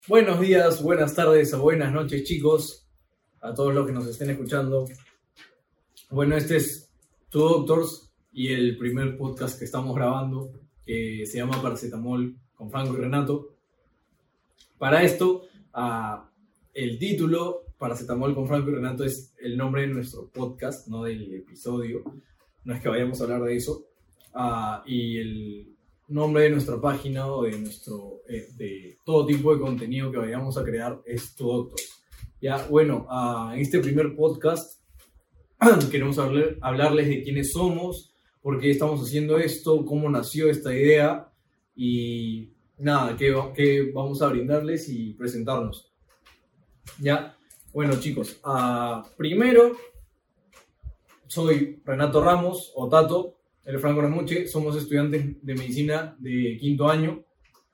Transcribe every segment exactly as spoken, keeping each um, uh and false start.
Buenos días, buenas tardes o buenas noches, chicos, a todos los que nos estén escuchando. Bueno, este es Two Doctors y el primer podcast que estamos grabando, que se llama Paracetamol con Franco y Renato. Para esto, uh, el título Paracetamol con Franco y Renato es el nombre de nuestro podcast, no del episodio. No es que vayamos a hablar de eso. Uh, y el nombre de nuestra página o de nuestro eh, de todo tipo de contenido que vayamos a crear es Two Doctors. Ya, bueno, uh, en este primer podcast queremos hablar, hablarles de quiénes somos, por qué estamos haciendo esto, cómo nació esta idea y nada, qué, qué vamos a brindarles y presentarnos. Ya, bueno chicos, uh, primero soy Renato Ramos o Tato. El Franco Ramuche, somos estudiantes de medicina de quinto año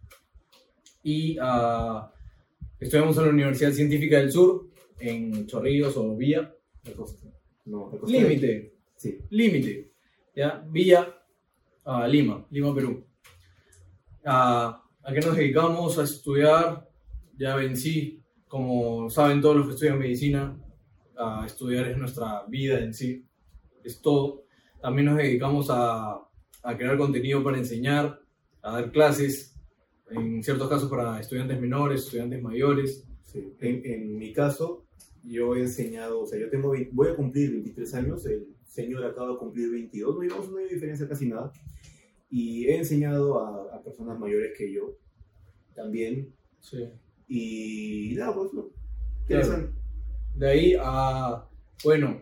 y uh, estudiamos en la Universidad Científica del Sur, en Chorrillos o Villa. No, Límite. Sí. Límite. ¿Ya? Villa, uh, Lima, Lima, Perú. Uh, ¿A qué nos dedicamos? A estudiar. Ya vencí, como saben todos los que estudian medicina, uh, estudiar es nuestra vida en sí, es todo. También nos dedicamos a, a crear contenido para enseñar, a dar clases, en ciertos casos para estudiantes menores, estudiantes mayores. Sí. En, en mi caso, yo he enseñado, o sea, yo tengo, voy a cumplir veintitrés años, el señor acaba de cumplir veintidós, no llevamos una diferencia casi nada, y he enseñado a, a personas mayores que yo, también, Sí. Y nada, pues, no. Claro. De ahí a, bueno...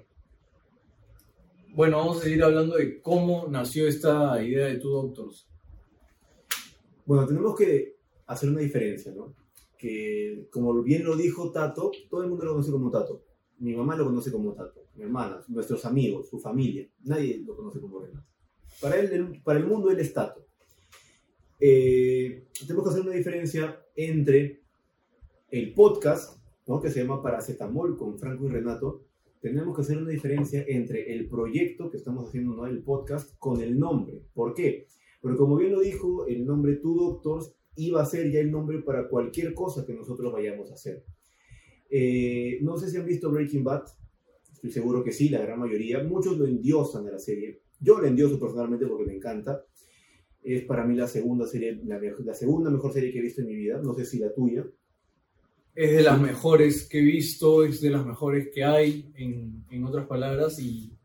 Bueno, vamos a seguir hablando de cómo nació esta idea de Two Doctors. Bueno, tenemos que hacer una diferencia, ¿no? Que, como bien lo dijo Tato, todo el mundo lo conoce como Tato. Mi mamá lo conoce como Tato, mi hermana, nuestros amigos, su familia. Nadie lo conoce como Renato. Para, él, para el mundo, él es Tato. Eh, tenemos que hacer una diferencia entre el podcast, ¿no? Que se llama Paracetamol con Franco y Renato. Tenemos que hacer una diferencia entre el proyecto que estamos haciendo, ¿no? El podcast, con el nombre. ¿Por qué? Porque como bien lo dijo, el nombre Two Doctors iba a ser ya el nombre para cualquier cosa que nosotros vayamos a hacer. Eh, no sé si han visto Breaking Bad, estoy seguro que sí, la gran mayoría. Muchos lo endiosan a la serie. Yo lo endioso personalmente porque me encanta. Es para mí la segunda serie, la, la segunda mejor serie que he visto en mi vida. No sé si la tuya. Es de las mejores que he visto, es de las mejores que hay, en, en otras palabras, y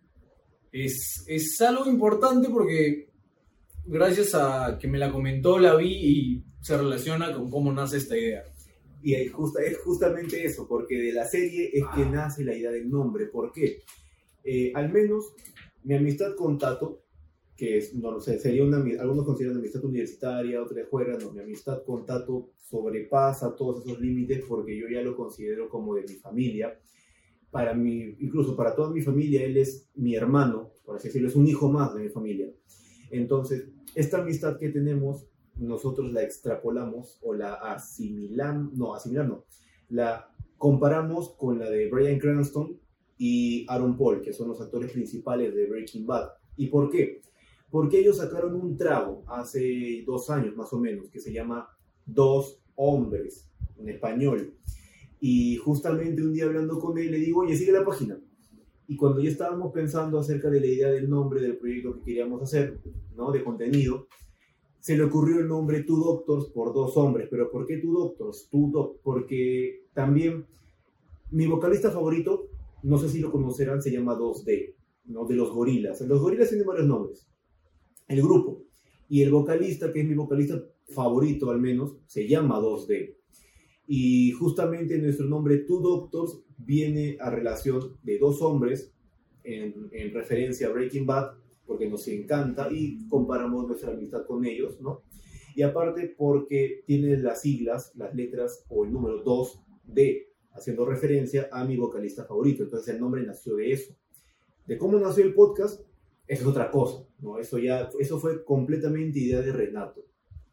es, es algo importante porque gracias a que me la comentó, la vi y se relaciona con cómo nace esta idea. Y es, justa, es justamente eso, porque de la serie es que nace la idea del nombre. ¿Por qué? Eh, al menos mi amistad con Tato, que es, no lo sé, sería una, algunos consideran amistad universitaria, otros de juega, no, mi amistad con Tato sobrepasa todos esos límites porque yo ya lo considero como de mi familia. Para mí, incluso para toda mi familia, él es mi hermano, por así decirlo, es un hijo más de mi familia. Entonces, esta amistad que tenemos, nosotros la extrapolamos o la asimilamos, no, asimilar no, la comparamos con la de Bryan Cranston y Aaron Paul, que son los actores principales de Breaking Bad. ¿Y por qué? Porque ellos sacaron un trago hace dos años más o menos, que se llama Dos Hombres, en español. Y justamente un día hablando con él, le digo, oye, sigue la página. Y cuando ya estábamos pensando acerca de la idea del nombre del proyecto que queríamos hacer, ¿no? De contenido, se le ocurrió el nombre Two Doctors por dos hombres. ¿Pero por qué Two Doctors? Two Doc, porque también mi vocalista favorito, no sé si lo conocerán, se llama dos D, ¿no? De los Gorilas. Los Gorilas tienen varios nombres. El grupo. Y el vocalista, que es mi vocalista favorito al menos, se llama dos D. Y justamente nuestro nombre Two Doctors viene a relación de dos hombres en, en referencia a Breaking Bad, porque nos encanta y comparamos nuestra amistad con ellos, ¿no? Y aparte porque tiene las siglas, las letras o el número dos D, haciendo referencia a mi vocalista favorito. Entonces el nombre nació de eso. De cómo nació el podcast, eso es otra cosa, ¿no? Eso ya, eso fue completamente idea de Renato.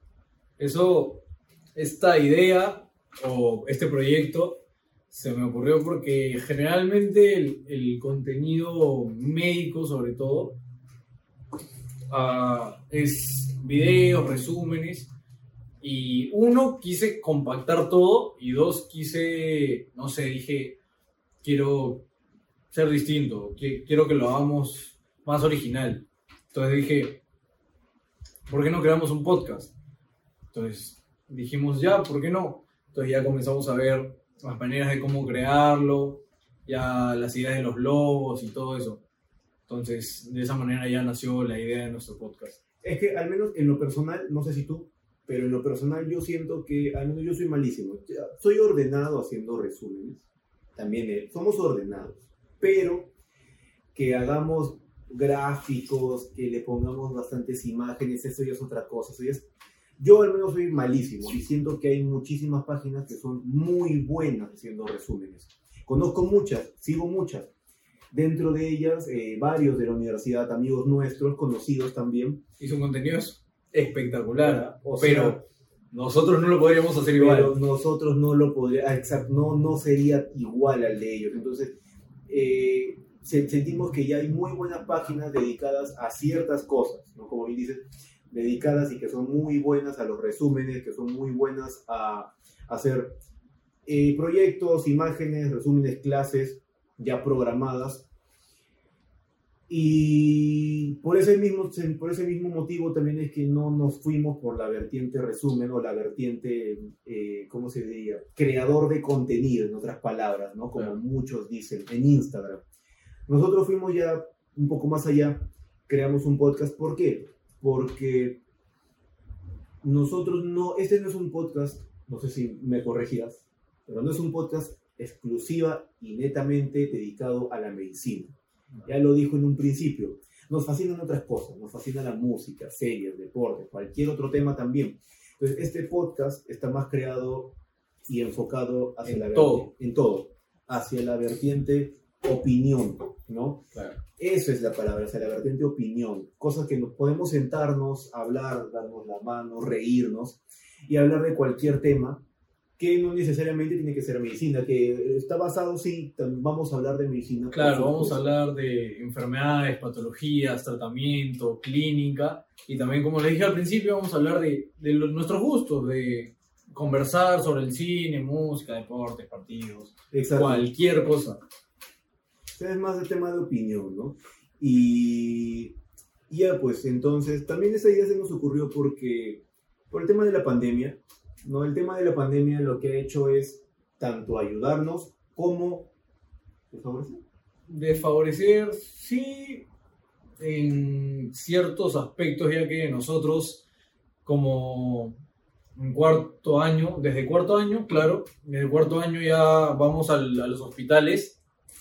Eso, esta idea o este proyecto se me ocurrió porque generalmente el, el contenido médico, sobre todo, uh, es videos, resúmenes, Y uno, quise compactar todo, y dos, quise, no sé, dije, quiero ser distinto, que- quiero que lo hagamos más original. Entonces dije, ¿por qué no creamos un podcast? Entonces dijimos, ya, ¿por qué no? Entonces ya comenzamos a ver las maneras de cómo crearlo, ya las ideas de los logos y todo eso. Entonces, de esa manera ya nació la idea de nuestro podcast. Es que al menos en lo personal, no sé si tú, pero en lo personal yo siento que, al menos yo soy malísimo. Soy ordenado haciendo resúmenes, también eh, somos ordenados, pero que hagamos gráficos, que le pongamos bastantes imágenes, eso ya es otra cosa. Eso ya es... Yo al menos soy malísimo y siento que hay muchísimas páginas que son muy buenas haciendo resúmenes. Conozco muchas, sigo muchas. Dentro de ellas, eh, varios de la universidad, amigos nuestros, conocidos también. Y su contenido es espectacular, O pero sea, nosotros no lo podríamos hacer igual. pero nosotros no lo podríamos, exacto, no, no sería igual al de ellos. Entonces, eh, se- sentimos que ya hay muy buenas páginas dedicadas a ciertas cosas, ¿no? Como bien dices, dedicadas y que son muy buenas a los resúmenes, que son muy buenas a hacer eh, proyectos, imágenes, resúmenes, clases ya programadas. Y por ese mismo, por ese mismo motivo también es que no nos fuimos por la vertiente resumen o la vertiente, eh, ¿cómo se diría? Creador de contenido, en otras palabras, ¿no? Como Claro. muchos dicen en Instagram. Nosotros fuimos ya un poco más allá, creamos un podcast. ¿Por qué? Porque nosotros no, este no es un podcast, no sé si me corregirás, pero no es un podcast exclusiva y netamente dedicado a la medicina. Ya lo dijo en un principio. Nos fascinan otras cosas, nos fascina la música, series, deportes, cualquier otro tema también. Entonces, este podcast está más creado y enfocado hacia En la todo. vertiente, en todo, hacia la vertiente opinión, ¿no? Claro. Eso es la palabra, hacia la vertiente opinión. Cosas que nos podemos sentarnos, hablar, darnos la mano, reírnos y hablar de cualquier tema que no necesariamente tiene que ser medicina, que está basado, sí, tam- vamos a hablar de medicina. Claro, por vamos a supuesto. hablar de enfermedades, patologías, tratamiento, clínica, y también, como les dije al principio, vamos a hablar de, de los- nuestros gustos, de conversar sobre el cine, música, deportes, partidos, Exacto. cualquier cosa. Es más el tema de opinión, ¿no? Y y ya, pues, entonces, también esa idea se nos ocurrió porque, por el tema de la pandemia, ¿no? El tema de la pandemia lo que ha hecho es tanto ayudarnos como desfavorecer. Desfavorecer, sí, en ciertos aspectos, ya que nosotros, como en cuarto año, desde cuarto año, claro, desde cuarto año ya vamos al- a los hospitales,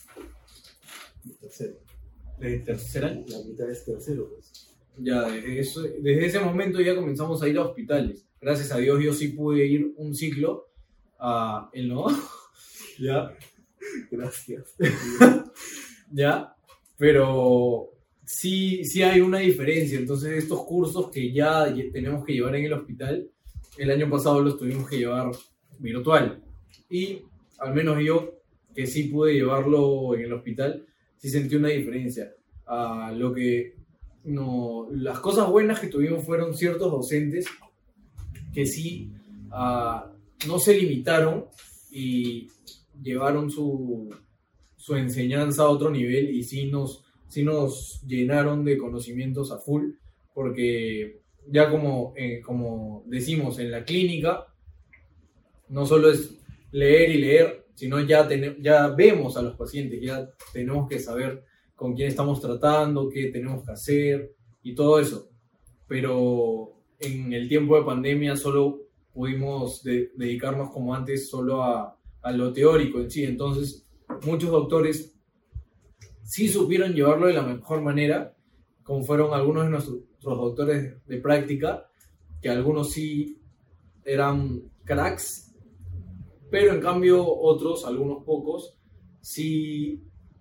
Tercero. desde tercer año. La mitad es tercero, pues. Ya, desde, eso- desde ese momento ya comenzamos a ir a hospitales. Gracias a Dios yo sí pude ir un ciclo a él no. Ya, Gracias. ya, pero sí, sí hay una diferencia. Entonces estos cursos que ya lle- tenemos que llevar en el hospital, el año pasado los tuvimos que llevar virtual. Y al menos yo, que sí pude llevarlo en el hospital, sí sentí una diferencia. Ah, lo que no, las cosas buenas que tuvimos fueron ciertos docentes que sí ah, no se limitaron y llevaron su, su enseñanza a otro nivel y sí nos, sí nos llenaron de conocimientos a full, porque ya como, eh, como decimos en la clínica, no solo es leer y leer, sino ya, tene- ya vemos a los pacientes, ya tenemos que saber con quién estamos tratando, qué tenemos que hacer y todo eso. Pero en el tiempo de pandemia solo pudimos de- dedicarnos como antes solo a, a lo teórico en sí. Entonces muchos doctores sí supieron llevarlo de la mejor manera, como fueron algunos de nuestros doctores de práctica, que algunos sí eran cracks, pero en cambio otros, algunos pocos, sí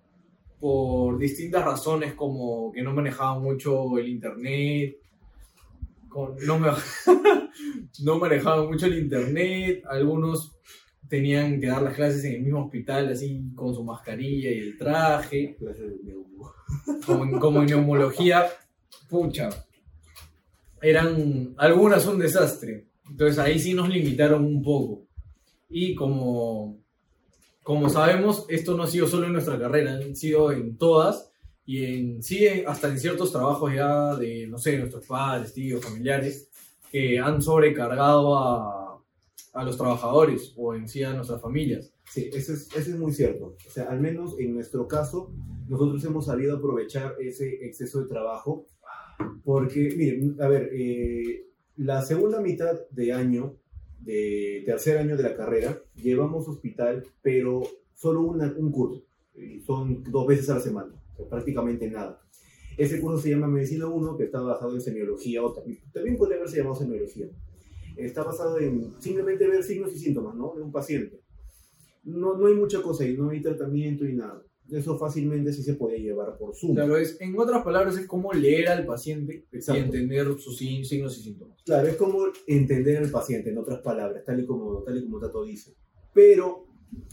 por distintas razones como que no manejaban mucho el internet, con- no, me, no manejaban mucho el internet, algunos tenían que dar las clases en el mismo hospital así con su mascarilla y el traje, Clases de neumo. como en, como en neumología, pucha, eran algunas un desastre, Entonces ahí sí nos limitaron un poco. Y como, como sabemos, esto no ha sido solo en nuestra carrera, han sido en todas, y en, sí en- hasta en ciertos trabajos ya de, no sé, nuestros padres, tíos, familiares, que han sobrecargado a, a los trabajadores o en sí a nuestras familias. Sí, eso es, eso es muy cierto. O sea, al menos en nuestro caso, nosotros hemos sabido aprovechar ese exceso de trabajo porque, miren, a ver, eh, la segunda mitad de año, de tercer año de la carrera, llevamos hospital, pero solo una- un curso. Y son dos veces a la semana, o sea, prácticamente nada. Ese curso se llama Medicina uno, que está basado en semiología, o también, también podría haberse llamado semiología. Está basado en simplemente ver signos y síntomas, ¿no? De un paciente. No, no hay mucha cosa ahí, no hay tratamiento y nada. Eso fácilmente sí se puede llevar por Zoom. Claro, es, en otras palabras, es como leer al paciente Exacto. y entender sus sin- signos y síntomas. Claro, es como entender al paciente, en otras palabras, tal y como, tal y como Tato dice. Pero,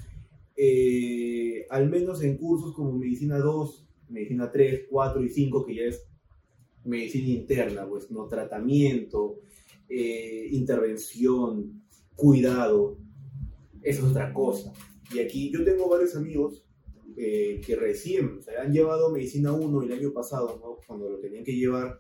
eh, al menos en cursos como Medicina dos, Medicina tres, cuatro y cinco, que ya es medicina interna, pues, no tratamiento, eh, intervención, cuidado, eso es otra cosa. Y aquí yo tengo varios amigos eh, que recién, o sea, han llevado Medicina uno el año pasado, ¿no? Cuando lo tenían que llevar,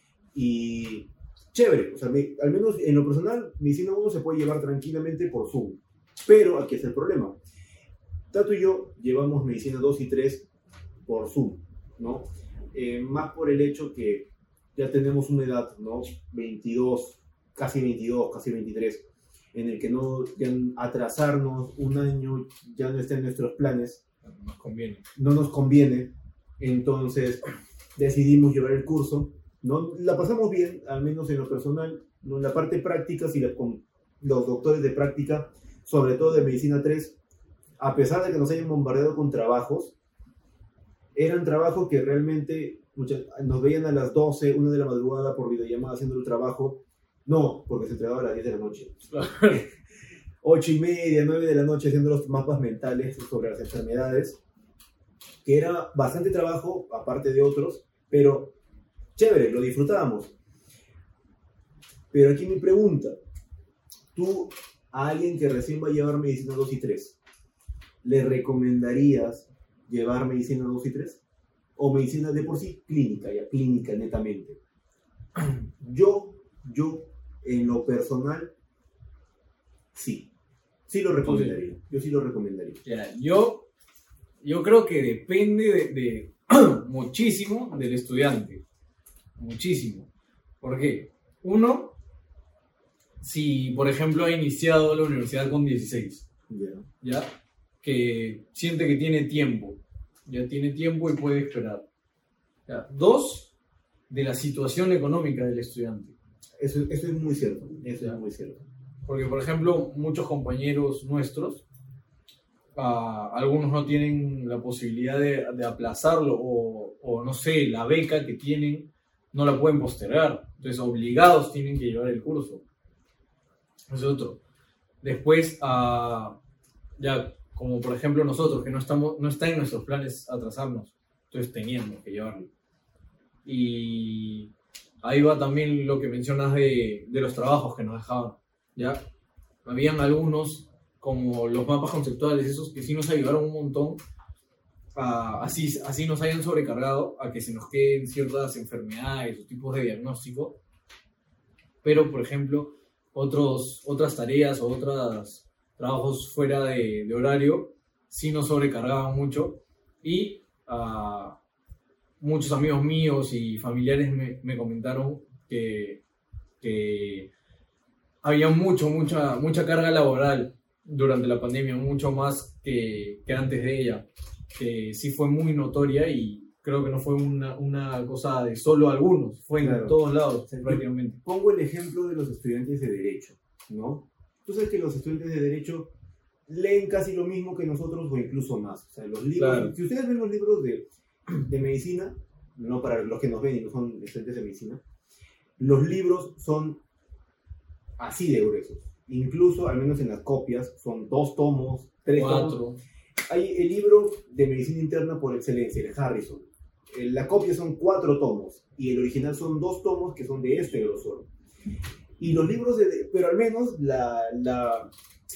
y chévere, o sea, me- al menos en lo personal, Medicina uno se puede llevar tranquilamente por Zoom, pero aquí está el problema. Tato y yo llevamos Medicina dos y tres por Zoom, ¿no? Eh, más por el hecho que ya tenemos una edad, ¿no? veintidós, casi veintidós, casi veintitrés, en el que no, ya atrasarnos un año ya no está en nuestros planes, Nos conviene. no nos conviene, entonces decidimos llevar el curso, ¿no? La pasamos bien, al menos en lo personal, ¿no? En la parte práctica, si la, con los doctores de práctica, sobre todo de Medicina tres, a pesar de que nos hayan bombardeado con trabajos, eran trabajos que realmente muchas, nos veían a las doce, una de la madrugada por videollamada haciendo el trabajo, no, porque se entregaba a las diez de la noche. ocho y media, nueve de la noche haciendo los mapas mentales sobre las enfermedades, que era bastante trabajo, aparte de otros, pero chévere, lo disfrutábamos. Pero aquí mi pregunta, tú a alguien que recién va a llevar Medicina dos y tres, ¿le recomendarías llevar Medicina dos y tres? ¿O Medicina de por sí clínica, ya clínica netamente? Yo, yo, en lo personal, sí. Sí lo recomendaría. Yo sí lo recomendaría. Ya, yo, yo creo que depende de, de muchísimo del estudiante. Muchísimo. ¿Por qué? Uno, si por ejemplo ha iniciado la universidad con dieciséis, Ya. ¿ya? Que siente que tiene tiempo. Ya tiene tiempo y puede esperar. Ya. Dos, de la situación económica del estudiante. Eso, eso es muy cierto. Eso Ya. es muy cierto. Porque, por ejemplo, muchos compañeros nuestros, ah, algunos no tienen la posibilidad de, de aplazarlo o, o, no sé, la beca que tienen no la pueden postergar. Entonces, obligados tienen que llevar el curso. Eso es otro. Después, ah, ya, como por ejemplo nosotros, que no, estamos, no está en nuestros planes atrasarnos, entonces teníamos que llevarlo. Y ahí va también lo que mencionas de, de los trabajos que nos dejaban. ¿Ya? Habían algunos, como los mapas conceptuales, esos que sí nos ayudaron un montón, a, así, así nos hayan sobrecargado a que se nos queden ciertas enfermedades o tipos de diagnóstico, pero por ejemplo, otros, otras tareas o otros trabajos fuera de, de horario sí nos sobrecargaban mucho y uh, muchos amigos míos y familiares me, me comentaron que, que había mucho, mucha, mucha carga laboral durante la pandemia, mucho más que, que antes de ella, que sí fue muy notoria y creo que no fue una, una cosa de solo algunos, fue en Claro. todos lados, sí, prácticamente. Pongo el ejemplo de los estudiantes de Derecho, ¿no? Tú sabes que los estudiantes de Derecho leen casi lo mismo que nosotros o incluso más. O sea, los libros, Claro. si ustedes ven los libros de, de medicina, no para los que nos ven y no son estudiantes de medicina, los libros son así de gruesos. Incluso, al menos en las copias, son dos tomos, tres tomos. Cuatro. Hay el libro de medicina interna por excelencia, el Harrison. La copia son cuatro tomos y el original son dos tomos que son de este grosor. Y los libros, de, pero al menos la, la,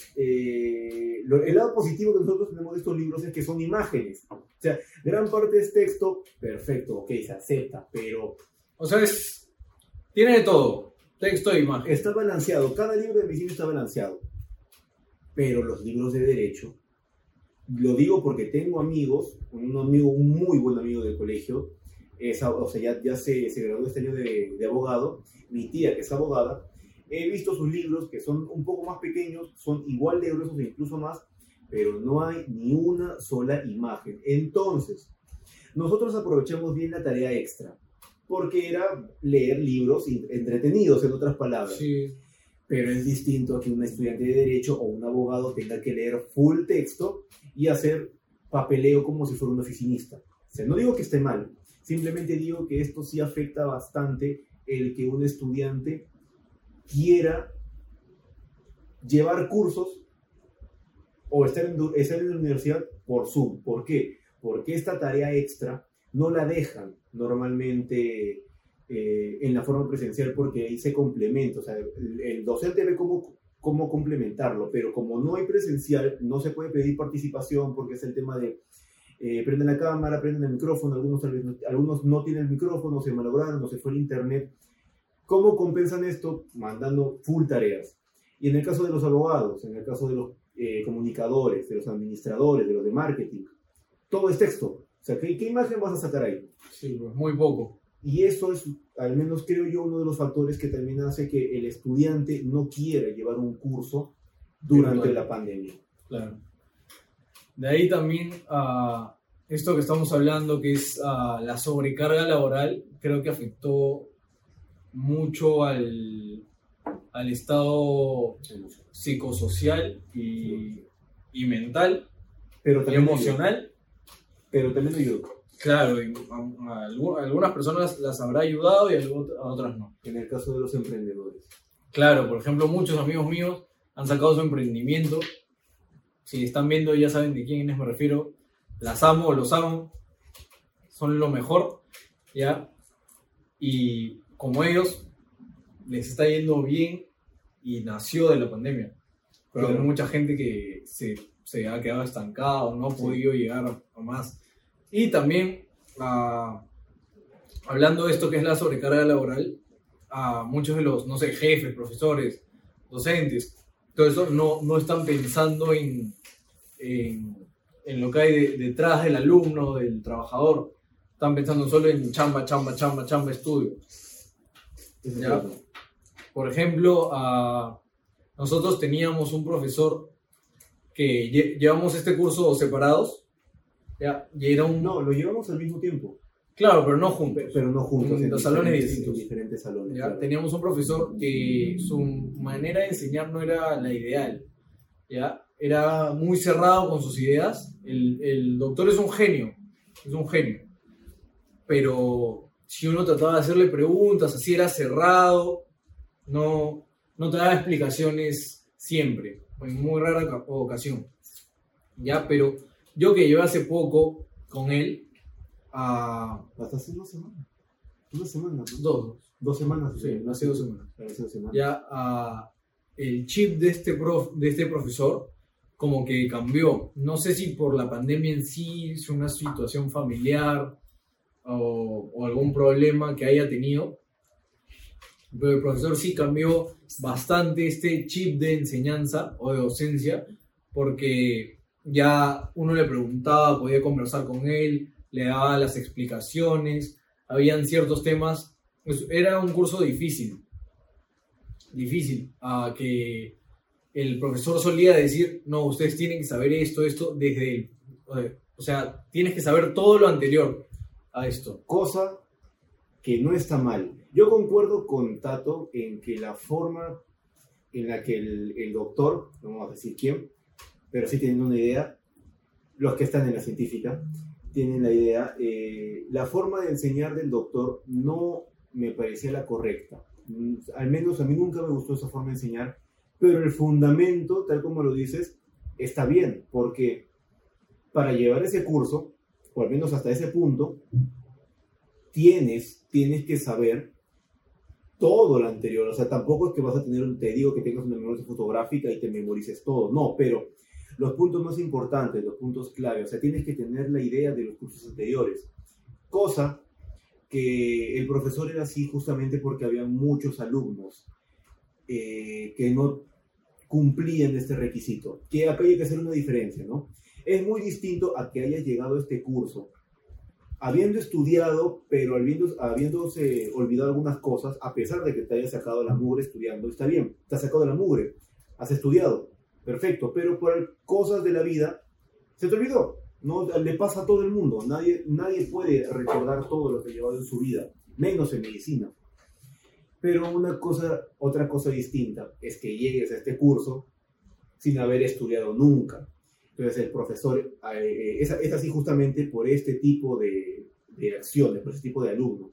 eh, lo, el lado positivo que nosotros tenemos de estos libros es que son imágenes. O sea, gran parte es texto, perfecto, ok, se acepta, pero... O sea, es, tiene de todo, texto e imagen. Está balanceado, cada libro de medicina está balanceado. Pero los libros de derecho, lo digo porque tengo amigos, un amigo, un muy buen amigo del colegio, es, o sea, ya, ya se, se graduó este año de, de abogado, mi tía que es abogada, he visto sus libros que son un poco más pequeños, son igual de gruesos e incluso más, pero no hay ni una sola imagen. Entonces, nosotros aprovechamos bien la tarea extra, porque era leer libros entretenidos, en otras palabras. Sí. Pero es distinto a que un estudiante de Derecho o un abogado tenga que leer full texto y hacer papeleo como si fuera un oficinista. O sea, no digo que esté mal, simplemente digo que esto sí afecta bastante el que un estudiante quiera llevar cursos o estar en, estar en la universidad por Zoom. ¿Por qué? Porque esta tarea extra no la dejan normalmente eh, en la forma presencial porque ahí se complementa. O sea, el, el docente ve cómo, cómo complementarlo, pero como no hay presencial, no se puede pedir participación porque es el tema de eh, prenden la cámara, prenden el micrófono, algunos, tal vez no, algunos no tienen el micrófono, se malograron, o se fue el internet. ¿Cómo compensan esto? Mandando full tareas. Y en el caso de los abogados, en el caso de los eh, comunicadores, de los administradores, de los de marketing, todo es texto. O sea, ¿qué, qué imagen vas a sacar ahí? Sí, pues muy poco. Y eso es, al menos creo yo, uno de los factores que también hace que el estudiante no quiera llevar un curso durante Virtual. la pandemia. Claro. De ahí también uh, esto que estamos hablando, que es uh, la sobrecarga laboral, creo que afectó mucho al, al estado psicosocial y, y mental Pero y también emocional. ayuda. Pero también ayuda. Claro, y a, a, a algunas personas las habrá ayudado y a otras no. En el caso de los emprendedores. Claro, por ejemplo, muchos amigos míos han sacado su emprendimiento. Si están viendo ya saben de quiénes me refiero. Las amo, los amo. Son lo mejor, ¿ya? Y como ellos, les está yendo bien y nació de la pandemia. Pero Claro. hay mucha gente que se, se ha quedado estancada, no ha Sí. podido llegar a más. Y también, uh, hablando de esto que es la sobrecarga laboral, a uh, muchos de los, no sé, jefes, profesores, docentes, todo eso no, no están pensando en, en, en lo que hay de, detrás del alumno, del trabajador. Están pensando solo en chamba, chamba, chamba, chamba, estudio. Eso ¿Ya? es verdad. Por ejemplo, uh, nosotros teníamos un profesor que lle- llevamos este curso separados, ¿ya? Y era un... No, lo llevamos al mismo tiempo. Claro, pero no juntos. Pero no juntos. En los salones diferentes- distintos. En diferentes salones. ¿Ya? Claro. Teníamos un profesor que su manera de enseñar no era la ideal, ¿ya? Era muy cerrado con sus ideas. El, el doctor es un genio, es un genio. Pero si uno trataba de hacerle preguntas, así era cerrado, no, no te daba explicaciones siempre, en muy rara ocasión, ¿ya? Pero yo que llevé hace poco con él, a Hasta hace una semana. Una semana, ¿no? dos, Dos semanas. sí, hace dos semanas. Hace dos semanas. Ya ah, el chip de este, prof, de este profesor como que cambió. No sé si por la pandemia en sí, es una situación familiar o, o algún problema que haya tenido, pero el profesor sí cambió bastante este chip de enseñanza o de docencia, porque ya uno le preguntaba, podía conversar con él, le daba las explicaciones, habían ciertos temas. Pues era un curso difícil, difícil, a que el profesor solía decir, no, ustedes tienen que saber esto, esto, desde el, o sea, tienes que saber todo lo anterior a esto. Cosa que no está mal. Yo concuerdo con Tato en que la forma en la que el, el doctor, no vamos a decir quién, pero sí tienen una idea, los que están en la científica, tienen la idea, eh, la forma de enseñar del doctor no me parecía la correcta. Al menos a mí nunca me gustó esa forma de enseñar, pero el fundamento, tal como lo dices, está bien, porque para llevar ese curso, o al menos hasta ese punto, tienes, tienes que saber todo lo anterior. O sea, tampoco es que vas a tener, un, te digo que tengas una memoria fotográfica y te memorices todo. No, pero los puntos más importantes, los puntos clave. O sea, tienes que tener la idea de los cursos anteriores. Cosa que el profesor era así justamente porque había muchos alumnos eh, que no cumplían este requisito. Que acá hay que hacer una diferencia, ¿no? Es muy distinto a que hayas llegado a este curso habiendo estudiado, pero habiendo, habiéndose olvidado algunas cosas, a pesar de que te hayas sacado la mugre estudiando. Está bien, te has sacado la mugre, has estudiado, perfecto, pero por cosas de la vida se te olvidó. No, le pasa a todo el mundo. Nadie, nadie puede recordar todo lo que ha llevado en su vida, menos en medicina. Pero una cosa, otra cosa distinta es que llegues a este curso sin haber estudiado nunca. Entonces el profesor eh, es, es así justamente por este tipo de, de acciones, por este tipo de alumno.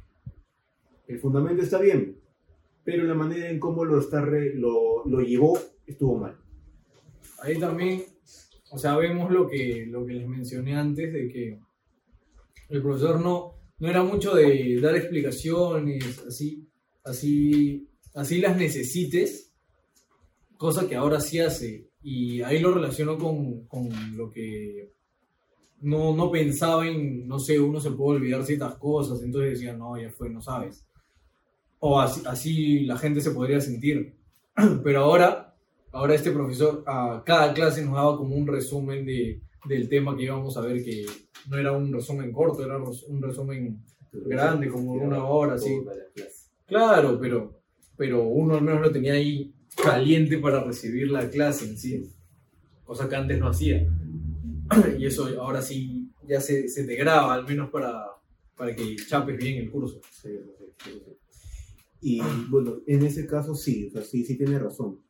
El fundamento está bien, pero la manera en cómo lo, está re, lo, lo llevó estuvo mal. Ahí también, o sea, vemos lo que, lo que les mencioné antes, de que el profesor no, no era mucho de dar explicaciones, así, así, así las necesites, cosa que ahora sí hace. Y ahí lo relaciono con, con lo que no, no pensaba en, no sé, uno se puede olvidar ciertas cosas, entonces decía, no, ya fue, no sabes. O así, así la gente se podría sentir. Pero ahora, ahora este profesor a cada clase nos daba como un resumen de, del tema que íbamos a ver, que no era un resumen corto, era un resumen grande, como de una hora, así. Claro, pero, pero uno al menos lo tenía ahí caliente para recibir la clase en sí, cosa que antes no hacía. Y eso ahora sí ya se, se te graba, al menos para, para que chapes bien el curso. Sí, sí, sí, sí. Y bueno, en ese caso sí, o sea, sí, sí tiene razón.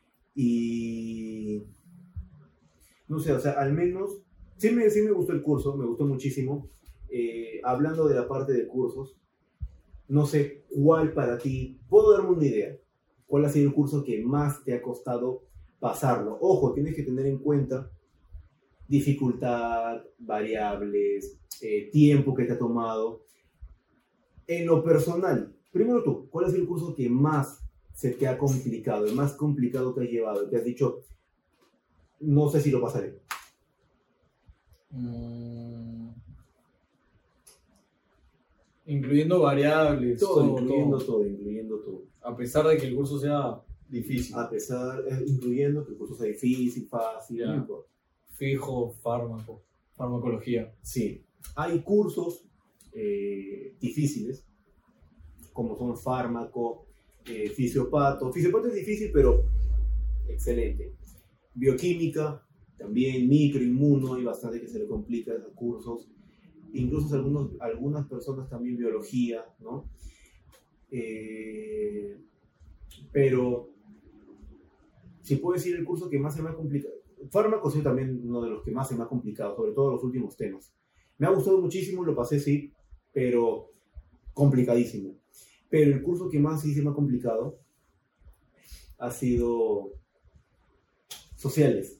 Y no sé, o sea, al menos sí me, sí me gustó el curso, me gustó muchísimo. Eh, hablando de la parte de cursos, no sé cuál para ti, puedo darme una idea. ¿Cuál ha sido el curso que más te ha costado pasarlo? Ojo, tienes que tener en cuenta dificultad, variables, eh, tiempo que te ha tomado. En lo personal, primero tú, ¿cuál ha sido el curso que más se te ha complicado, el más complicado que has llevado? Que has dicho, no sé si lo pasaré. Mm, incluyendo variables. Todo, todo incluyendo todo. todo. todo, incluyendo todo. A pesar de que el curso sea difícil. A pesar, eh, incluyendo que el curso sea difícil, fácil, Ya. no importa. Fijo, fármaco, farmacología. Sí, hay cursos eh, difíciles, como son fármaco, eh, fisiopato. Fisiopato es difícil, pero excelente. Bioquímica, también microinmuno, hay bastante que se le complica esos cursos. Incluso algunos, algunas personas también biología, ¿no? Eh, pero si puedo decir el curso que más se me ha complicado, fármaco sí también uno de los que más se me ha complicado, sobre todo los últimos temas. Me ha gustado muchísimo, lo pasé sí, pero complicadísimo. Pero el curso que más sí se me ha complicado ha sido sociales.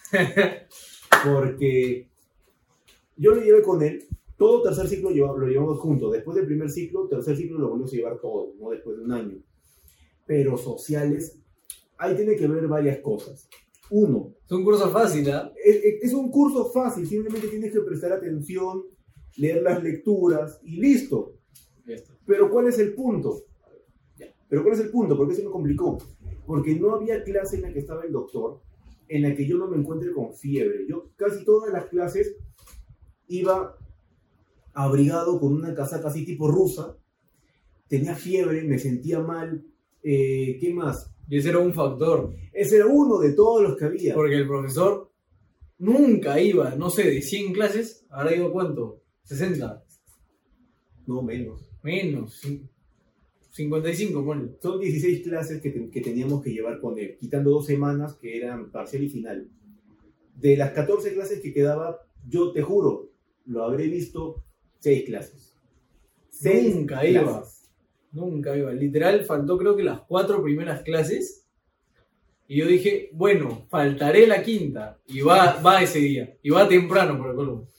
Porque yo lo llevé con él, todo tercer ciclo lo llevamos juntos. Después del primer ciclo, tercer ciclo lo volvimos a llevar todo, ¿no? Después de un año. Pero sociales, ahí tiene que ver varias cosas. Uno, Es un curso fácil, ¿ah? ¿eh? es, es un curso fácil, simplemente tienes que prestar atención, leer las lecturas y listo. Pero ¿cuál es el punto? Pero ¿cuál es el punto? ¿Por qué se me complicó? Porque no había clase en la que estaba el doctor en la que yo no me encuentre con fiebre. Yo casi todas las clases iba abrigado con una casaca así tipo rusa, tenía fiebre, me sentía mal, eh, ¿qué más? Y ese era un factor. Ese era uno de todos los que había. Porque el profesor nunca iba, no sé, de cien clases, ¿habrá ido cuánto? ¿sesenta? No, menos. Menos. cincuenta y cinco, ponle. Son dieciséis clases que, te, que teníamos que llevar con él, quitando dos semanas que eran parcial y final. De las catorce clases que quedaba, yo te juro, lo habré visto seis clases. Seis Nunca clases. iba. Nunca iba. Literal, faltó creo que las cuatro primeras clases. Y yo dije, bueno, faltaré la quinta. Y va, va ese día. Y va temprano por el colmo.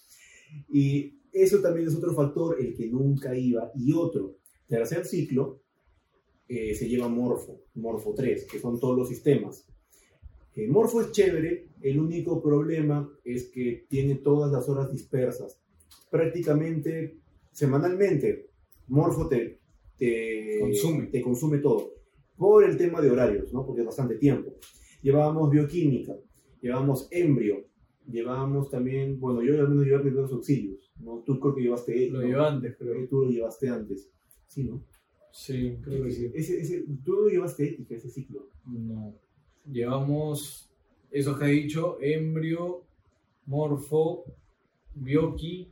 Y eso también es otro factor, el que nunca iba. Y otro, tercer ciclo, eh, se lleva Morfo, Morfo tres, que son todos los sistemas. Eh, Morfo es chévere, el único problema es que tiene todas las horas dispersas. Prácticamente, semanalmente, Morfo te, te, Consume. te consume todo. Por el tema de horarios, ¿no? Porque es bastante tiempo. Llevábamos bioquímica, llevábamos embrio, llevábamos también, bueno, yo al menos llevé primeros auxilios, ¿no? Tú creo que llevaste... Lo ¿no? llevé antes, creo. Tú lo llevaste antes, ¿sí, no? Sí, creo que sí. Ese, ese, tú lo llevaste ética, ese ciclo. No. Llevamos eso que he dicho: embrio, morfo, bioqui,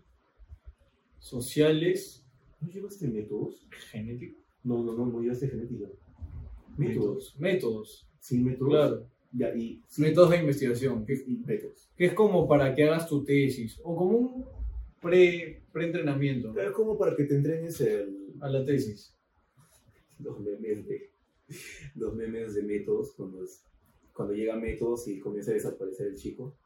sociales, ¿No llevaste métodos? genético. No, no, no, no llevaste genética. Métodos. Métodos. Métodos. Sí, métodos. Claro. Ya, y, sí, Métodos de investigación. Que, y métodos. que es como para que hagas tu tesis. O como un pre, pre-entrenamiento Pero es como para que te entrenes el, a la tesis. los memes de los memes de métodos cuando, es- cuando llega métodos y comienza a desaparecer el chico.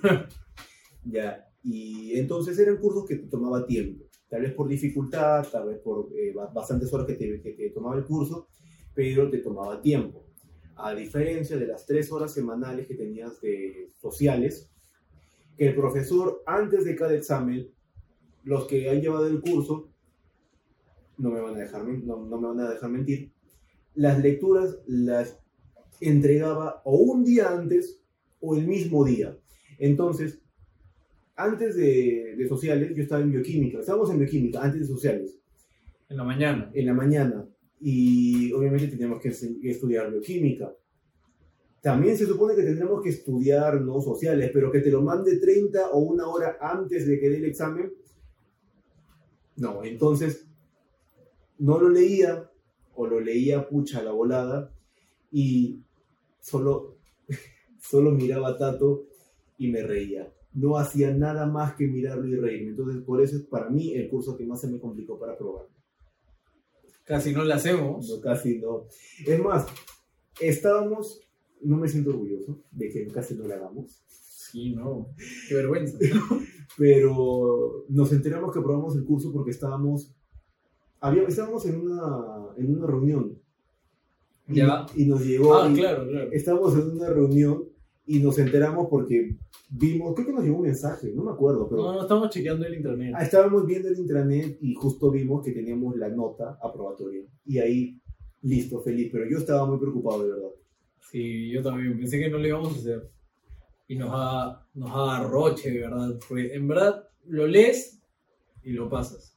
Ya, y entonces eran cursos que te tomaba tiempo, tal vez por dificultad, tal vez por eh, ba- bastantes horas que te, que te tomaba el curso, pero te tomaba tiempo. A diferencia de las tres horas semanales que tenías de sociales, que el profesor antes de cada examen, los que han llevado el curso, no me van a dejar, men- no, no me van a dejar mentir, las lecturas las entregaba o un día antes o el mismo día. Entonces, antes de, de sociales, yo estaba en bioquímica, estábamos en bioquímica, antes de sociales, En la mañana. en la mañana, y obviamente teníamos que, se- que estudiar bioquímica. También se supone que tendremos que estudiar no sociales, pero que te lo mande treinta o una hora antes de que dé el examen. No, entonces no lo leía, o lo leía pucha a la volada, y solo, solo miraba a Tato y me reía. No hacía nada más que mirarlo y reírme. Entonces, por eso es para mí el curso que más se me complicó para probar. Casi no la hacemos. No, casi no. Es más, estábamos, no me siento orgulloso de que casi no lo hagamos, Sí, no. Qué vergüenza. pero nos enteramos que probamos el curso porque estábamos, había, estábamos en una, en una reunión. Y, Ya. y nos llegó, Ah, y claro, claro. estábamos en una reunión y nos enteramos porque vimos, creo que nos llegó un mensaje, no me acuerdo, pero No, no estamos chequeando el internet. ah, estábamos viendo el intranet y justo vimos que teníamos la nota aprobatoria. Y ahí, listo, feliz. Pero yo estaba muy preocupado, de verdad. Sí, yo también pensé que no lo íbamos a hacer. Y nos da, nos da roche, de verdad. Porque en verdad lo lees y lo pasas.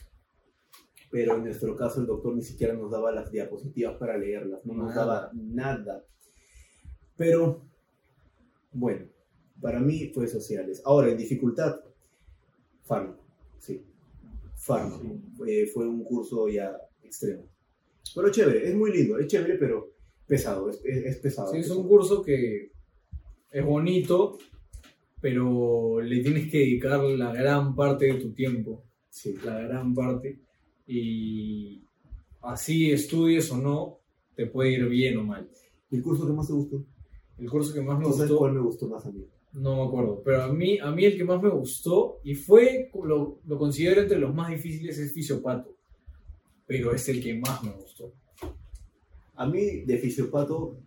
Pero en nuestro caso el doctor ni siquiera nos daba las diapositivas para leerlas. No nos Nada. daba nada. Pero, bueno, para mí fue sociales. Ahora, en dificultad, fármaco. Sí, fármaco. Fue, fue un curso ya extremo. Pero chévere, es muy lindo. Es chévere, pero pesado. Es, es, es pesado. Sí, es pesado. un curso que es bonito, pero le tienes que dedicar la gran parte de tu tiempo. Sí. La gran parte. Y así estudies o no, te puede ir bien o mal. ¿El curso que más te gustó? El curso que más me ¿Tú sabes gustó, cuál me gustó más a mí? no me acuerdo, pero a mí, a mí el que más me gustó, y fue, lo, lo considero entre los más difíciles, es fisiopato. Pero es el que más me gustó. A mí, de fisiopato,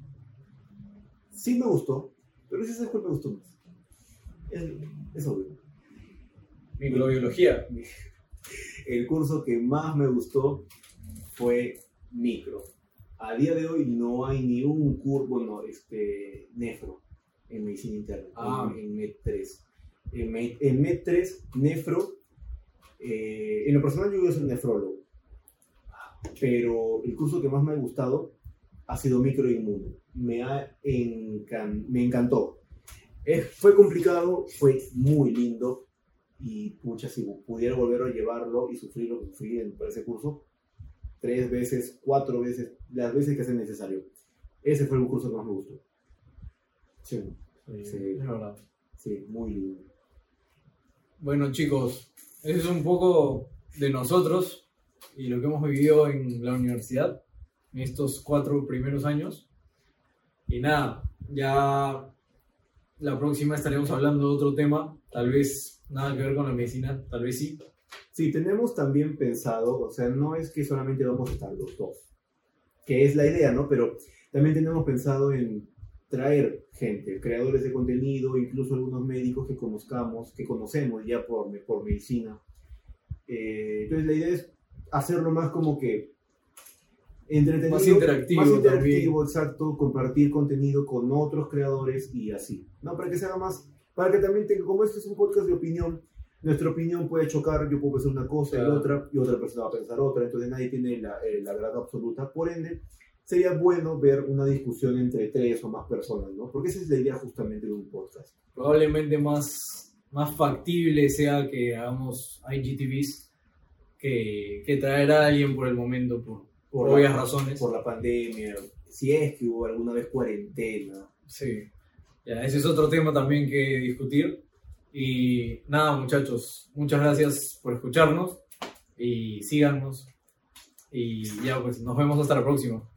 sí me gustó, pero ese es el cual me gustó más. Es, es obvio. Microbiología. El curso que más me gustó fue micro. A día de hoy no hay ni un curso, bueno, este, nefro en medicina interna, Ah. en, en M E D tres. En, Me- en M E D tres, nefro, eh, en lo personal yo voy a ser nefrólogo, pero el curso que más me ha gustado ha sido microinmuno. Me, ha encan- me encantó. Es- fue complicado, fue muy lindo, y pucha, si pudiera volver a llevarlo y sufrir lo que sufrí en, por ese curso, tres veces, cuatro veces, las veces que sea necesario. Ese fue el curso que más me gustó. Sí, Sí, Sí. es verdad. sí, muy lindo. Bueno, chicos, eso es un poco de nosotros y lo que hemos vivido en la universidad en estos cuatro primeros años. Y nada, ya la próxima estaremos hablando de otro tema, tal vez nada que ver con la medicina, tal vez sí. Sí, tenemos también pensado, o sea, no es que solamente vamos a estar los dos. que es la idea, ¿no? Pero también tenemos pensado en traer gente, creadores de contenido, incluso algunos médicos que conozcamos, que conocemos ya por, por medicina. Eh, entonces la idea es hacerlo más como que entretenido, más interactivo, más interactivo, exacto, compartir contenido con otros creadores y así, ¿no? Para que se haga más, para que también tenga, como este es un podcast de opinión, nuestra opinión puede chocar, yo puedo pensar una cosa y claro. otra, y otra persona va a pensar otra, entonces nadie tiene la, eh, la verdad absoluta, por ende, sería bueno ver una discusión entre tres o más personas, ¿no? Porque esa es la idea justamente de un podcast. Probablemente más, más factible sea que hagamos I G T Vs que, que traer a alguien por el momento, por, por obvias la, razones. Por la pandemia, si es que hubo alguna vez cuarentena. Sí, ya, ese es otro tema también que discutir. Y nada, muchachos, muchas gracias por escucharnos y síganos. Y ya, pues nos vemos hasta la próxima.